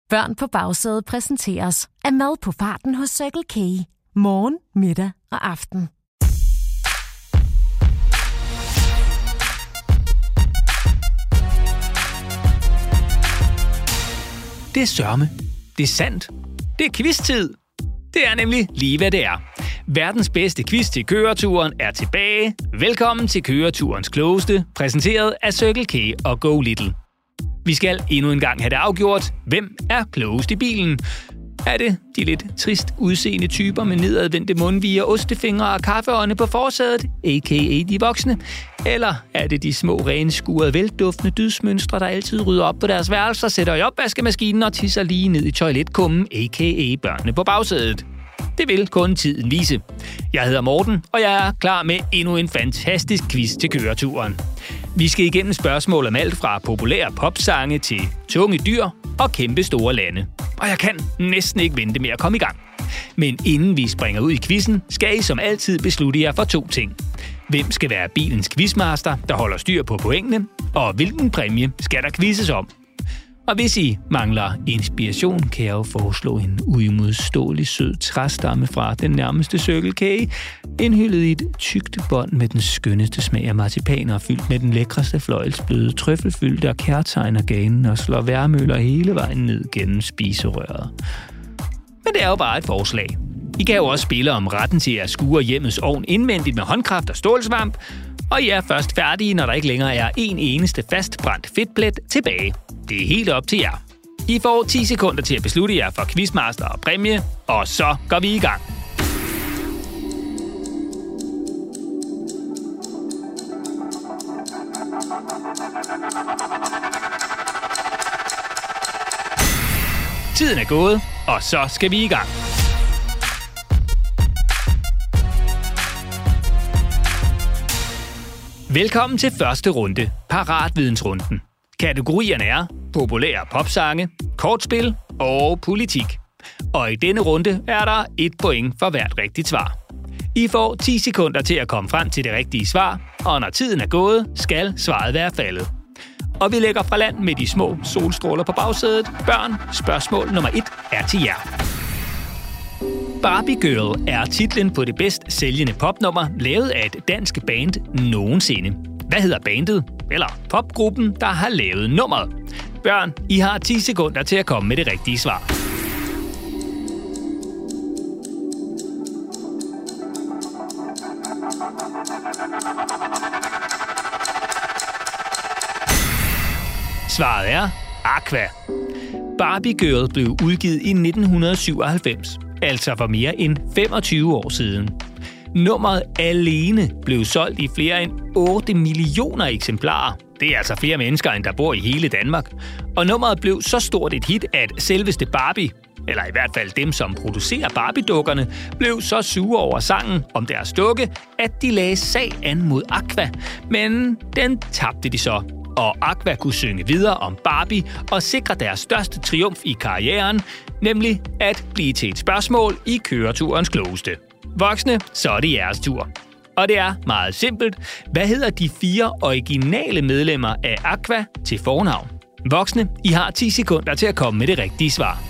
Børn på bagsædet præsenteres af mad på farten hos Circle K. Morgen, middag og aften. Det er sørme. Det er sandt. Det er quiz-tid. Det er nemlig lige, hvad det er. Verdens bedste quiz til køreturen er tilbage. Velkommen til køreturens klogeste, præsenteret af Circle K og Go Little. Vi skal endnu en gang have det afgjort. Hvem er klogest i bilen? Er det de lidt trist udseende typer med nedadvendte mundviger, ostefingre og kaffeånde på forsædet, a.k.a. de voksne? Eller er det de små, renskurede, velduftende dydsmønstre, der altid rydder op på deres værelser, sætter i opvaskemaskinen og tisser lige ned i toiletkummen, a.k.a. børnene på bagsædet? Det vil kun tiden vise. Jeg hedder Morten, og jeg er klar med endnu en fantastisk quiz til køreturen. Vi skal igennem spørgsmål om alt fra populære popsange til tunge dyr og kæmpe store lande. Og jeg kan næsten ikke vente med at komme i gang. Men inden vi springer ud i quizzen, skal I som altid beslutte jer for 2 ting. Hvem skal være bilens quizmaster, der holder styr på pointene, og hvilken præmie skal der quizzes om? Og hvis I mangler inspiration, kan jeg jo foreslå en uimodståelig sød træstamme fra den nærmeste Circle K, indhyllet i et tykt bånd med den skønneste smag af marcipaner, fyldt med den lækreste fløjelsbløde, trøffelfyldte og kærtegner ganen og slår værmøller hele vejen ned gennem spiserøret. Men det er jo bare et forslag. I kan jo også spille om retten til at skure hjemmets ovn indvendigt med håndkraft og stålsvamp, og I er først færdige, når der ikke længere er en eneste fastbrændt fedtplet tilbage. Det er helt op til jer. I får 10 sekunder til at beslutte jer for quizmaster og præmie, og så går vi i gang. Tiden er gået, og så skal vi i gang. Velkommen til første runde, Paratvidensrunden. Kategorierne er populære popsange, kortspil og politik. Og i denne runde er der 1 point for hvert rigtigt svar. I får 10 sekunder til at komme frem til det rigtige svar, og når tiden er gået, skal svaret være faldet. Og vi lægger fra land med de små solstråler på bagsædet. Børn, spørgsmål nummer 1 er til jer. Barbie Girl er titlen på det bedst sælgende popnummer, lavet af et dansk band nogensinde. Hvad hedder bandet, eller popgruppen, der har lavet nummeret? Børn, I har 10 sekunder til at komme med det rigtige svar. Svaret er Aqua. Barbie Girl blev udgivet i 1997, altså for mere end 25 år siden. Nummeret alene blev solgt i flere end 8 millioner eksemplarer. Det er altså flere mennesker, end der bor i hele Danmark. Og nummeret blev så stort et hit, at selveste Barbie, eller i hvert fald dem, som producerer Barbie-dukkerne, blev så sure over sangen om deres dukke, at de lagde sag an mod Aqua. Men den tabte de så, og Aqua kunne synge videre om Barbie og sikre deres største triumf i karrieren, nemlig at blive til et spørgsmål i køreturens klogeste. Voksne, så er det jeres tur. Og det er meget simpelt. Hvad hedder de 4 originale medlemmer af Aqua til fornavn? Voksne, I har 10 sekunder til at komme med det rigtige svar.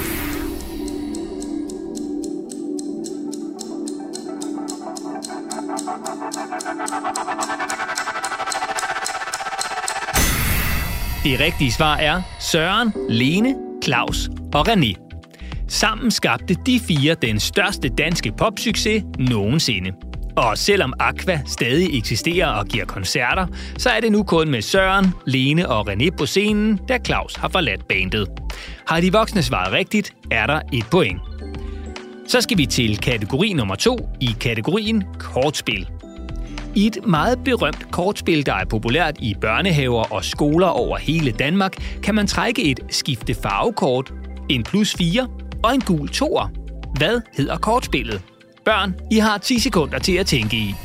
Det rigtige svar er Søren, Lene, Claus og René. Sammen skabte de 4 den største danske popsucces nogensinde. Og selvom Aqua stadig eksisterer og giver koncerter, så er det nu kun med Søren, Lene og René på scenen, da Claus har forladt bandet. Har de voksne svaret rigtigt, er der 1 point. Så skal vi til kategori nummer 2 i kategorien kortspil. I et meget berømt kortspil, der er populært i børnehaver og skoler over hele Danmark, kan man trække et skifte farvekort, en +4 og en gul 2'er. Hvad hedder kortspillet? Børn, I har 10 sekunder til at tænke i.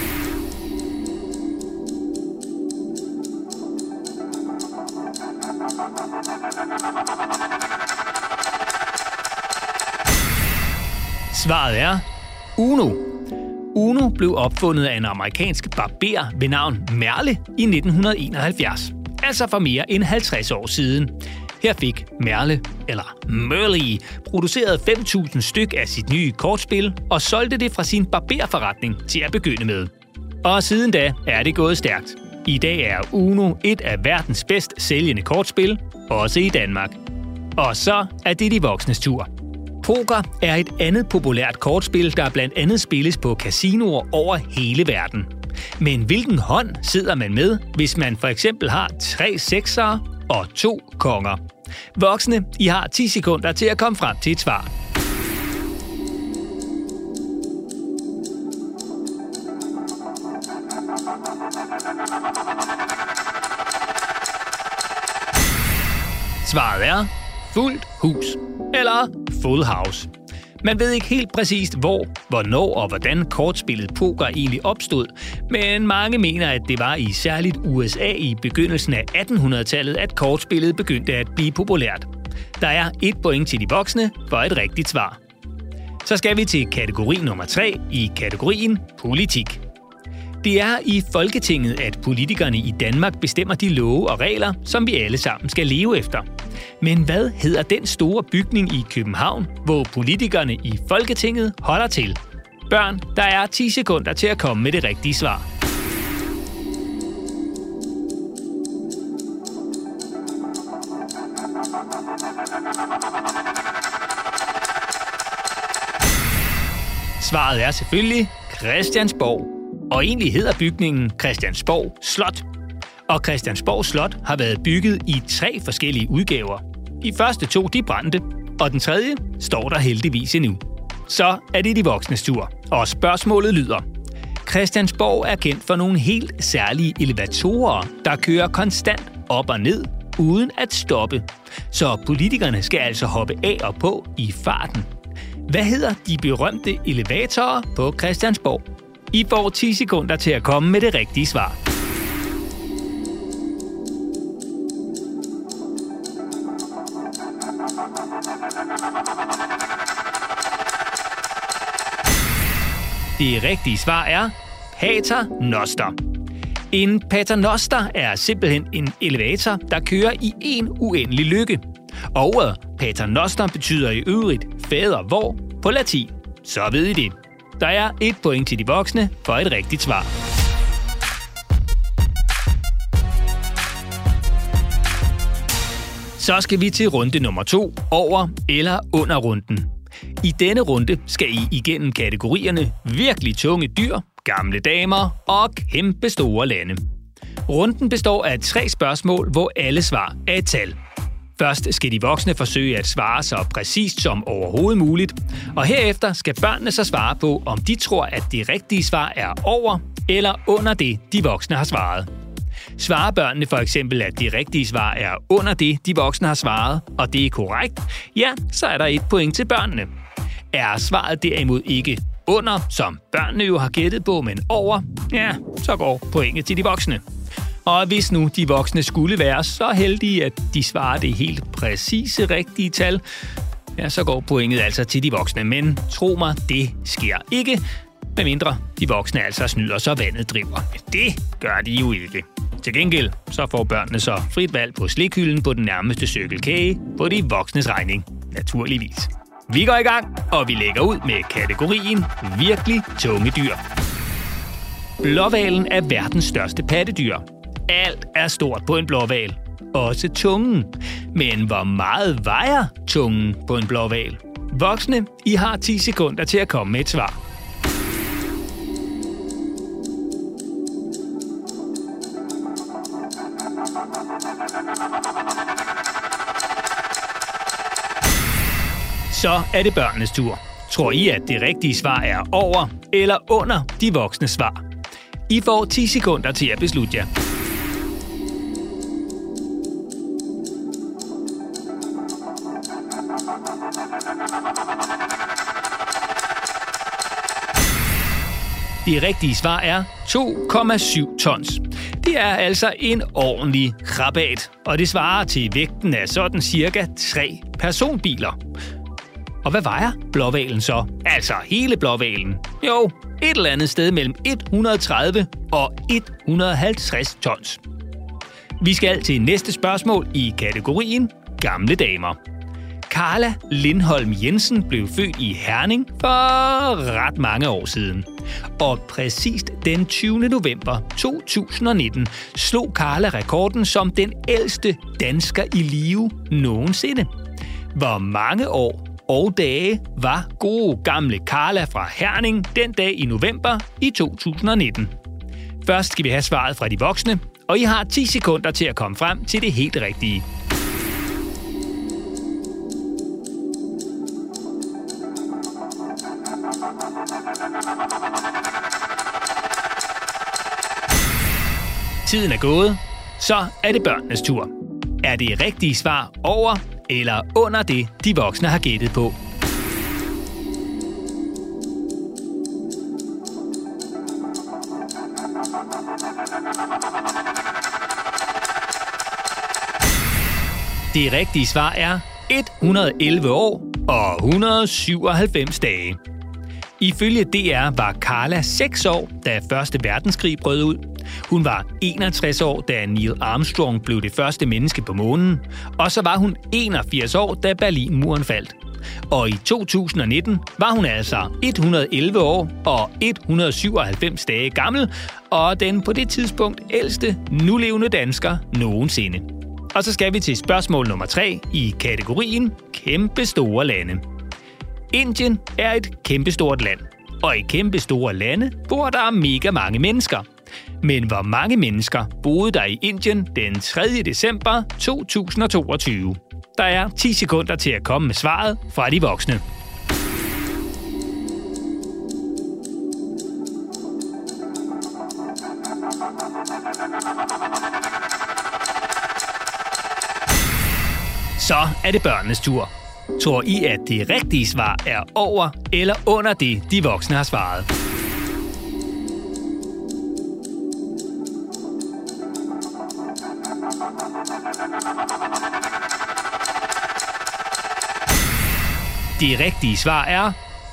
Svaret er Uno. Uno blev opfundet af en amerikansk barber ved navn Merle i 1971, altså for mere end 50 år siden. Her fik Merle, eller Merle, produceret 5.000 styk af sit nye kortspil og solgte det fra sin barberforretning til at begynde med. Og siden da er det gået stærkt. I dag er Uno et af verdens bedst sælgende kortspil, også i Danmark. Og så er det de voksnes tur. Poker er et andet populært kortspil, der blandt andet spilles på casinoer over hele verden. Men hvilken hånd sidder man med, hvis man for eksempel har 3 seksere og 2 konger? Voksne, I har 10 sekunder til at komme frem til et svar. Svaret er fuldt hus, eller full house. Man ved ikke helt præcist hvor, hvornår og hvordan kortspillet poker egentlig opstod, men mange mener, at det var i særligt USA i begyndelsen af 1800-tallet, at kortspillet begyndte at blive populært. Der er 1 point til de voksne for et rigtigt svar. Så skal vi til kategori nummer 3 i kategorien politik. Det er i Folketinget, at politikerne i Danmark bestemmer de love og regler, som vi alle sammen skal leve efter. Men hvad hedder den store bygning i København, hvor politikerne i Folketinget holder til? Børn, der er 10 sekunder til at komme med det rigtige svar. Svaret er selvfølgelig Christiansborg. Og egentlig hedder bygningen Christiansborg Slot. Og Christiansborg Slot har været bygget i 3 forskellige udgaver. De første 2 de brændte, og den tredje står der heldigvis endnu. Så er det de voksnes tur, og spørgsmålet lyder: Christiansborg er kendt for nogle helt særlige elevatorer, der kører konstant op og ned, uden at stoppe. Så politikerne skal altså hoppe af og på i farten. Hvad hedder de berømte elevatorer på Christiansborg? I får 10 sekunder til at komme med det rigtige svar. Det rigtige svar er paternoster. En paternoster er simpelthen en elevator, der kører i en uendelig lykke. Og paternoster betyder i øvrigt fader hvor på latin. Så ved I det. Der er 1 point til de voksne for et rigtigt svar. Så skal vi til runde nummer 2, over eller under runden. I denne runde skal I igennem kategorierne virkelig tunge dyr, gamle damer og kæmpe store lande. Runden består af 3 spørgsmål, hvor alle svar er et tal. Først skal de voksne forsøge at svare så præcist som overhovedet muligt, og herefter skal børnene så svare på, om de tror, at det rigtige svar er over eller under det, de voksne har svaret. Svarer børnene for eksempel, at det rigtige svar er under det, de voksne har svaret, og det er korrekt, ja, så er der 1 point til børnene. Er svaret derimod ikke under, som børnene jo har gættet på, men over, ja, så går pointet til de voksne. Og hvis nu de voksne skulle være så heldige, at de svarer det helt præcise rigtige tal, ja, så går pointet altså til de voksne. Men tro mig, det sker ikke, medmindre de voksne altså snyder, så vandet driver. Men det gør de jo ikke. Til gengæld så får børnene så frit valg på slikhylden på den nærmeste cykelkage på de voksnes regning. Naturligvis. Vi går i gang, og vi lægger ud med kategorien virkelig tunge dyr. Blåhvalen er verdens største pattedyr. Alt er stort på en blåhval. Også tungen. Men hvor meget vejer tungen på en blåhval? Voksne, I har 10 sekunder til at komme med et svar. Så er det børnenes tur. Tror I, at det rigtige svar er over eller under de voksne svar? I får 10 sekunder til at beslutte jer. Det rigtige svar er 2,7 tons. Det er altså en ordentlig krabat, og det svarer til vægten af sådan cirka 3 personbiler. Og hvad vejer blåhvalen så? Altså hele blåhvalen? Jo, et eller andet sted mellem 130 og 150 tons. Vi skal til næste spørgsmål i kategorien gamle damer. Carla Lindholm Jensen blev født i Herning for ret mange år siden. Og præcist den 20. november 2019 slog Carla rekorden som den ældste dansker i live nogensinde. Hvor mange år og dage var gode gamle Carla fra Herning den dag i november i 2019? Først skal vi have svaret fra de voksne, og I har 10 sekunder til at komme frem til det helt rigtige. Tiden er gået, så er det børnenes tur. Er det rigtige svar over eller under det, de voksne har gættet på? Det rigtige svar er 111 år og 197 dage. Ifølge DR var Carla 6 år, da Første Verdenskrig brød ud. Hun var 61 år, da Neil Armstrong blev det første menneske på månen. Og så var hun 81 år, da Berlinmuren faldt. Og i 2019 var hun altså 111 år og 197 dage gammel, og den på det tidspunkt ældste nulevende dansker nogensinde. Og så skal vi til spørgsmål nummer 3 i kategorien Kæmpe store lande. Indien er et kæmpestort land, og i kæmpe store lande bor der mega mange mennesker. Men hvor mange mennesker boede der i Indien den 3. december 2022? Der er 10 sekunder til at komme med svaret fra de voksne. Så er det børnenes tur. Tror I, at det rigtige svar er over eller under det, de voksne har svaret? Det rigtige svar er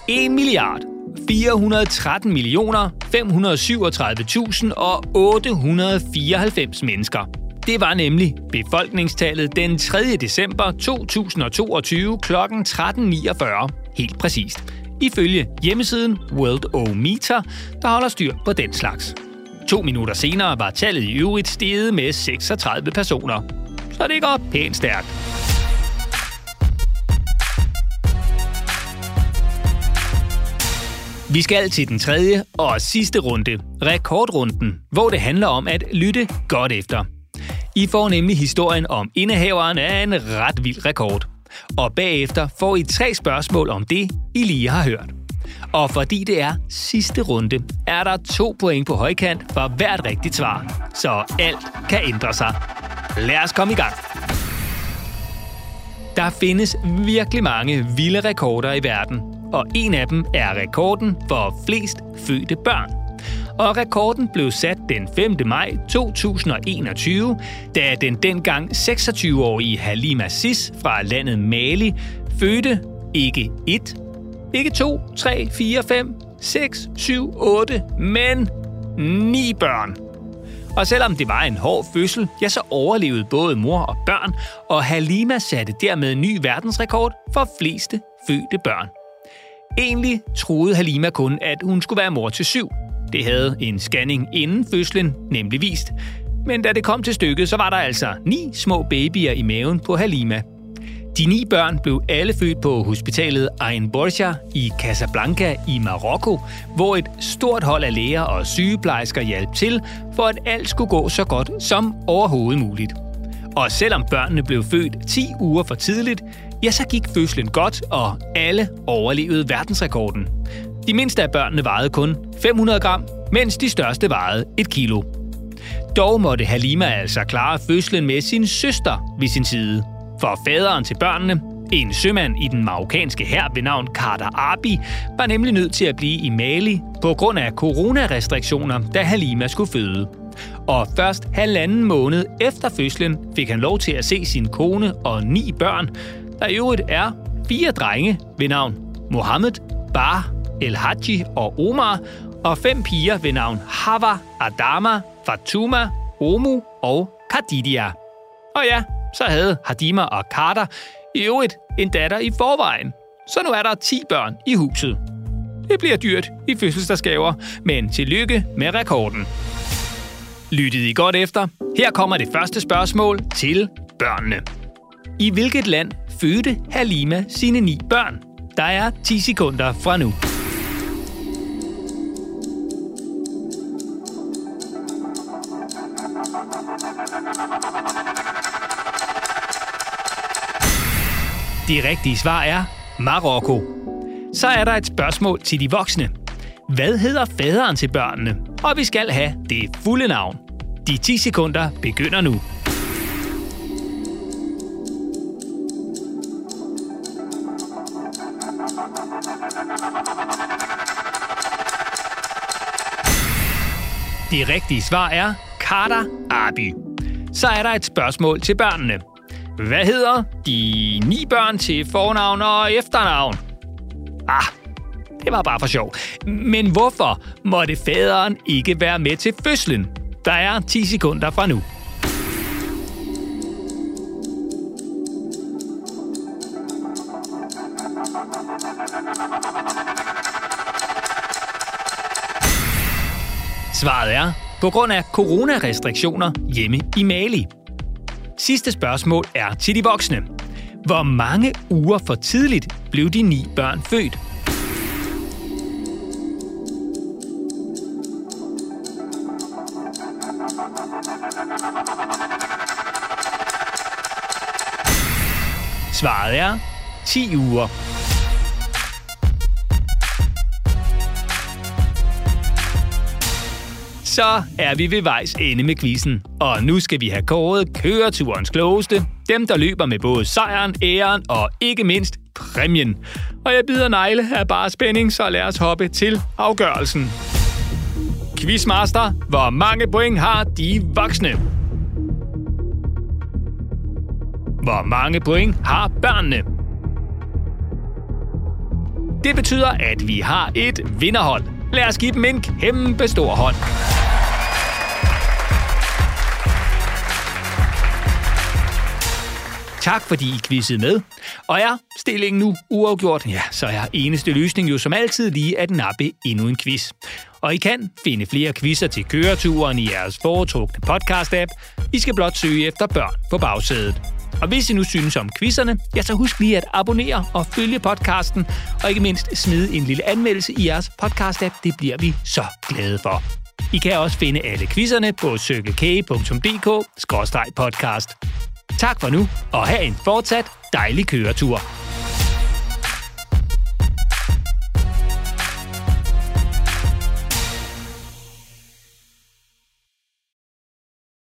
1.413.537.894 mennesker. Det var nemlig befolkningstallet den 3. december 2022 kl. 13.49. Helt præcist. Ifølge hjemmesiden Worldometer, der holder styr på den slags. 2 minutter senere var tallet i øvrigt steget med 36 personer. Så det går pænt stærkt. Vi skal til den tredje og sidste runde, rekordrunden, hvor det handler om at lytte godt efter. I får nemlig historien om indehaveren af en ret vild rekord. Og bagefter får I 3 spørgsmål om det, I lige har hørt. Og fordi det er sidste runde, er der 2 point på højkant for hvert rigtigt svar. Så alt kan ændre sig. Lad os komme i gang. Der findes virkelig mange vilde rekorder i verden. Og en af dem er rekorden for flest fødte børn. Og rekorden blev sat den 5. maj 2021, da den dengang 26-årige Halima Sis fra landet Mali fødte ikke 1, ikke 2, 3, 4, 5, 6, 7, 8, men 9 børn. Og selvom det var en hård fødsel, ja, så overlevede både mor og børn, og Halima satte dermed ny verdensrekord for fleste fødte børn. Egentlig troede Halima kun, at hun skulle være mor til 7. Det havde en scanning inden fødslen nemlig vist. Men da det kom til stykket, så var der altså 9 små babyer i maven på Halima. De 9 børn blev alle født på hospitalet Ain Borja i Casablanca i Marokko, hvor et stort hold af læger og sygeplejersker hjalp til, for at alt skulle gå så godt som overhovedet muligt. Og selvom børnene blev født 10 uger for tidligt, ja, så gik fødslen godt, og alle overlevede verdensrekorden. De mindste af børnene vejede kun 500 gram, mens de største vejede 1 kilo. Dog måtte Halima altså klare fødslen med sin søster ved sin side. For faderen til børnene, en sømand i den marokkanske hær ved navn Kader Abi, var nemlig nødt til at blive i Mali på grund af coronarestriktioner, da Halima skulle føde. Og først 1,5 måned efter fødslen fik han lov til at se sin kone og 9 børn, der i øvrigt er 4 drenge ved navn Mohammed, Bar, El Hadji og Omar, og 5 piger ved navn Hawa, Adama, Fatuma, Omu og Khadija. Og ja, så havde Hadima og Carter i øvrigt en datter i forvejen. Så nu er der 10 børn i huset. Det bliver dyrt i fødselsdagsgaver, men tillykke med rekorden. Lyttede I godt efter? Her kommer det første spørgsmål til børnene. I hvilket land fødte Halima sine 9 børn? Der er 10 sekunder fra nu. Det rigtige svar er Marokko. Så er der et spørgsmål til de voksne. Hvad hedder faderen til børnene? Og vi skal have det fulde navn. De 10 sekunder begynder nu. Det rigtige svar er Carter Arby. Så er der et spørgsmål til børnene. Hvad hedder de 9 børn til fornavn og efternavn? Det var bare for sjov. Men hvorfor måtte faderen ikke være med til fødslen? Der er 10 sekunder fra nu. Svaret er på grund af coronarestriktioner hjemme i Mali. Sidste spørgsmål er til de voksne. Hvor mange uger for tidligt blev de 9 børn født? Svaret er 10 uger. Så er vi ved vejs ende med quizzen, og nu skal vi have kåret køreturens klogeste. Dem, der løber med både sejren, æren og ikke mindst præmien. Og jeg bider negle af bare spænding, så lad os hoppe til afgørelsen. Quizmaster, hvor mange point har de voksne? Hvor mange point har børnene? Det betyder, at vi har et vinderhold. Lad os give dem en kæmpe stor hånd. Tak fordi I quizzede med. Og er stillingen nu uafgjort, ja, så er eneste løsning jo som altid lige at nappe endnu en quiz. Og I kan finde flere quizzer til køreturen i jeres foretrukne podcast-app. I skal blot søge efter børn på bagsædet. Og hvis I nu synes om quizzerne, ja, så husk lige at abonnere og følge podcasten, og ikke mindst smide en lille anmeldelse i jeres podcast-app. Det bliver vi så glade for. I kan også finde alle quizzerne på circlek.dk/podcast. Tak for nu, og have en fortsat dejlig køretur.